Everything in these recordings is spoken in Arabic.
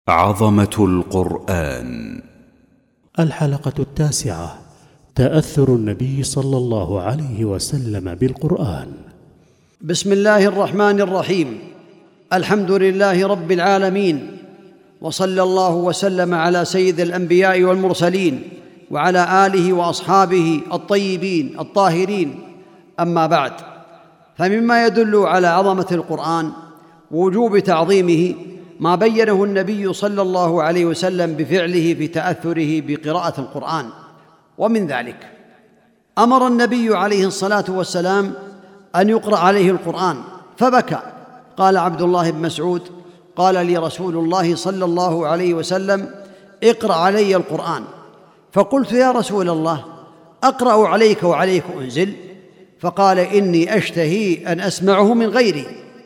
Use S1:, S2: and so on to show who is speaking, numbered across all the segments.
S1: عظمة القرآن.
S2: الحلقة 9: تأثر النبي صلى الله عليه وسلم بالقرآن.
S3: بسم الله الرحمن الرحيم. الحمد لله رب العالمين، وصلى الله وسلم على سيد الأنبياء والمرسلين وعلى آله وأصحابه الطيبين الطاهرين. أما بعد، فمما يدل على عظمة القرآن ووجوب تعظيمه ما بينه النبي صلى الله عليه وسلم بفعله في تأثره بقراءة القرآن. ومن ذلك أمر النبي عليه الصلاة والسلام أن يقرأ عليه القرآن فبكى. قال عبد الله بن مسعود: قال لي رسول الله صلى الله عليه وسلم: اقرأ علي القرآن. فقلت: يا رسول الله، أقرأ عليك وعليك أنزل؟ فقال: إني أشتهي أن أسمعه من غيري.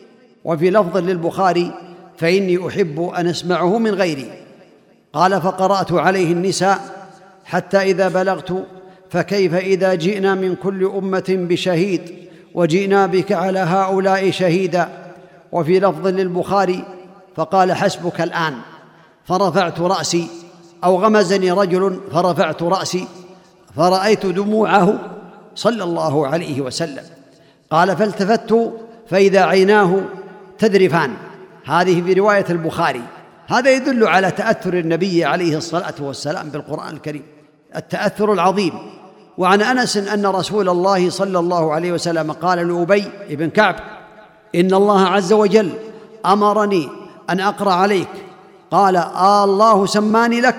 S3: وفي لفظ للبخاري: فإني أحب أن أسمعه من غيري. قال: فقرأت عليه النساء حتى إذا بلغت: فكيف إذا جئنا من كل أمة بشهيد وجئنا بك على هؤلاء شهيدا. وفي لفظ للبخاري: فقال: حسبك الآن. فرفعت رأسي، أو غمزني رجل فرفعت رأسي فرأيت دموعه صلى الله عليه وسلم. قال: فالتفت فإذا عيناه تذرفان. هذه في رواية البخاري. هذا يدل على تأثر النبي عليه الصلاة والسلام بالقرآن الكريم، التأثر العظيم. وعن أنس أن رسول الله صلى الله عليه وسلم قال لأبي بن كعب: إن الله عز وجل أمرني أن أقرأ عليك. قال: الله سماني لك؟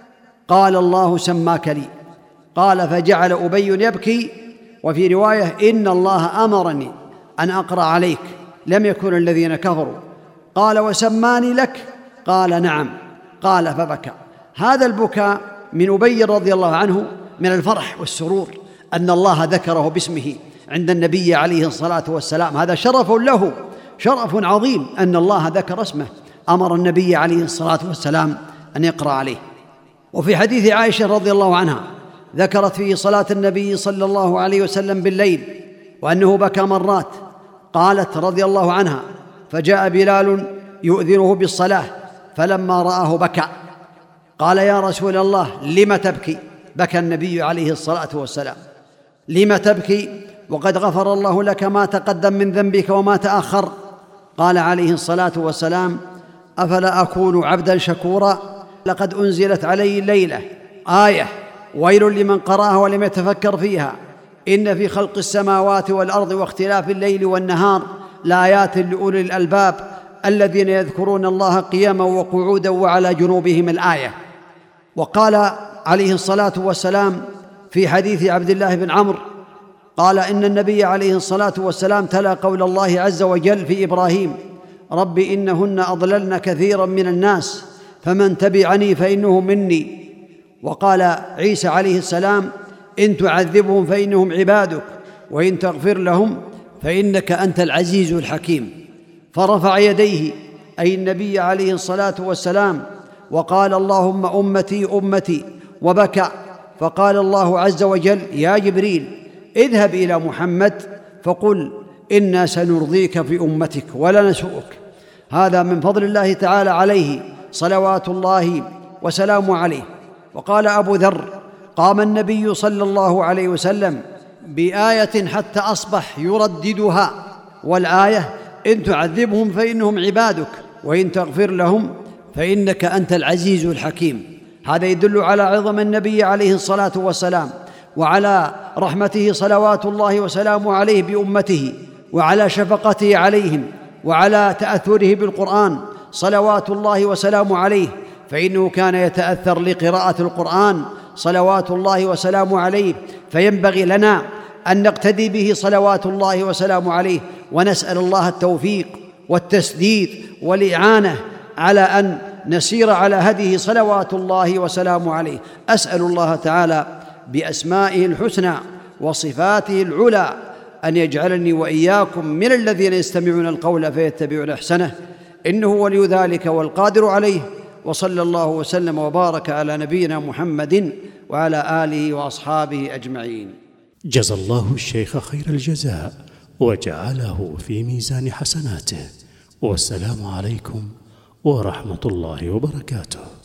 S3: قال: الله سماك لي. قال: فجعل أبي يبكي. وفي رواية: إن الله أمرني أن أقرأ عليك، لم يكن الذين كفروا. قال: وسماني لك؟ قال: نعم. قال: فبكى. هذا البكاء من أبي رضي الله عنه من الفرح والسرور أن الله ذكره باسمه عند النبي عليه الصلاة والسلام. هذا شرف له، شرف عظيم أن الله ذكر اسمه، أمر النبي عليه الصلاة والسلام أن يقرأ عليه. وفي حديث عائشة رضي الله عنها ذكرت فيه صلاة النبي صلى الله عليه وسلم بالليل وأنه بكى مرات. قالت رضي الله عنها: فجاء بلال يؤذنه بالصلاة فلما رآه بكى. قال: يا رسول الله، لم تبكي؟ بكى النبي عليه الصلاة والسلام. لم تبكي وقد غفر الله لك ما تقدم من ذنبك وما تأخر؟ قال عليه الصلاة والسلام: أفلا أكون عبدا شكورا؟ لقد أنزلت علي الليلة آية ويل لمن قرأها ولم يتفكر فيها. إن في خلق السماوات والأرض واختلاف الليل والنهار لآيات لأولي الألباب الذين يذكرون الله قياما وقعودا وعلى جنوبهم الآية. وقال عليه الصلاة والسلام في حديث عبد الله بن عمرو قال: إن النبي عليه الصلاة والسلام تلا قول الله عز وجل في إبراهيم: رب إنهن أضللن كثيرا من الناس فمن تبعني فإنه مني. وقال عيسى عليه السلام: إن تعذبهم فإنهم عبادك وإن تغفر لهم فإنك أنت العزيز الحكيم. فرفع يديه أي النبي عليه الصلاة والسلام وقال: اللهم أمتي أمتي، وبكى. فقال الله عز وجل: يا جبريل، اذهب إلى محمد فقل إنا سنرضيك في أمتك ولا نسوءك. هذا من فضل الله تعالى عليه صلوات الله وسلامه عليه. وقال أبو ذر: قام النبي صلى الله عليه وسلم بآية حتى أصبح يرددها، والآية: إن تعذبهم فإنهم عبادك وإن تغفر لهم فإنك أنت العزيز الحكيم. هذا يدل على عظم النبي عليه الصلاة والسلام وعلى رحمته صلوات الله وسلامه عليه بأمته، وعلى شفقته عليهم، وعلى تأثره بالقرآن صلوات الله وسلامه عليه. فإنه كان يتأثر لقراءة القرآن صلوات الله وسلامه عليه، فينبغي لنا أن نقتدي به صلوات الله وسلامه عليه، ونسأل الله التوفيق والتسديد والإعانة على أن نسير على هديه صلوات الله وسلامه عليه. أسأل الله تعالى بأسمائه الحسنى وصفاته العلى أن يجعلني وإياكم من الذين يستمعون القول فيتبعون أحسنه، إنه ولي ذلك والقادر عليه. وصلى الله وسلم وبارك على نبينا محمد وعلى آله وأصحابه أجمعين.
S2: جزى الله الشيخ خير الجزاء وجعله في ميزان حسناته. والسلام عليكم ورحمة الله وبركاته.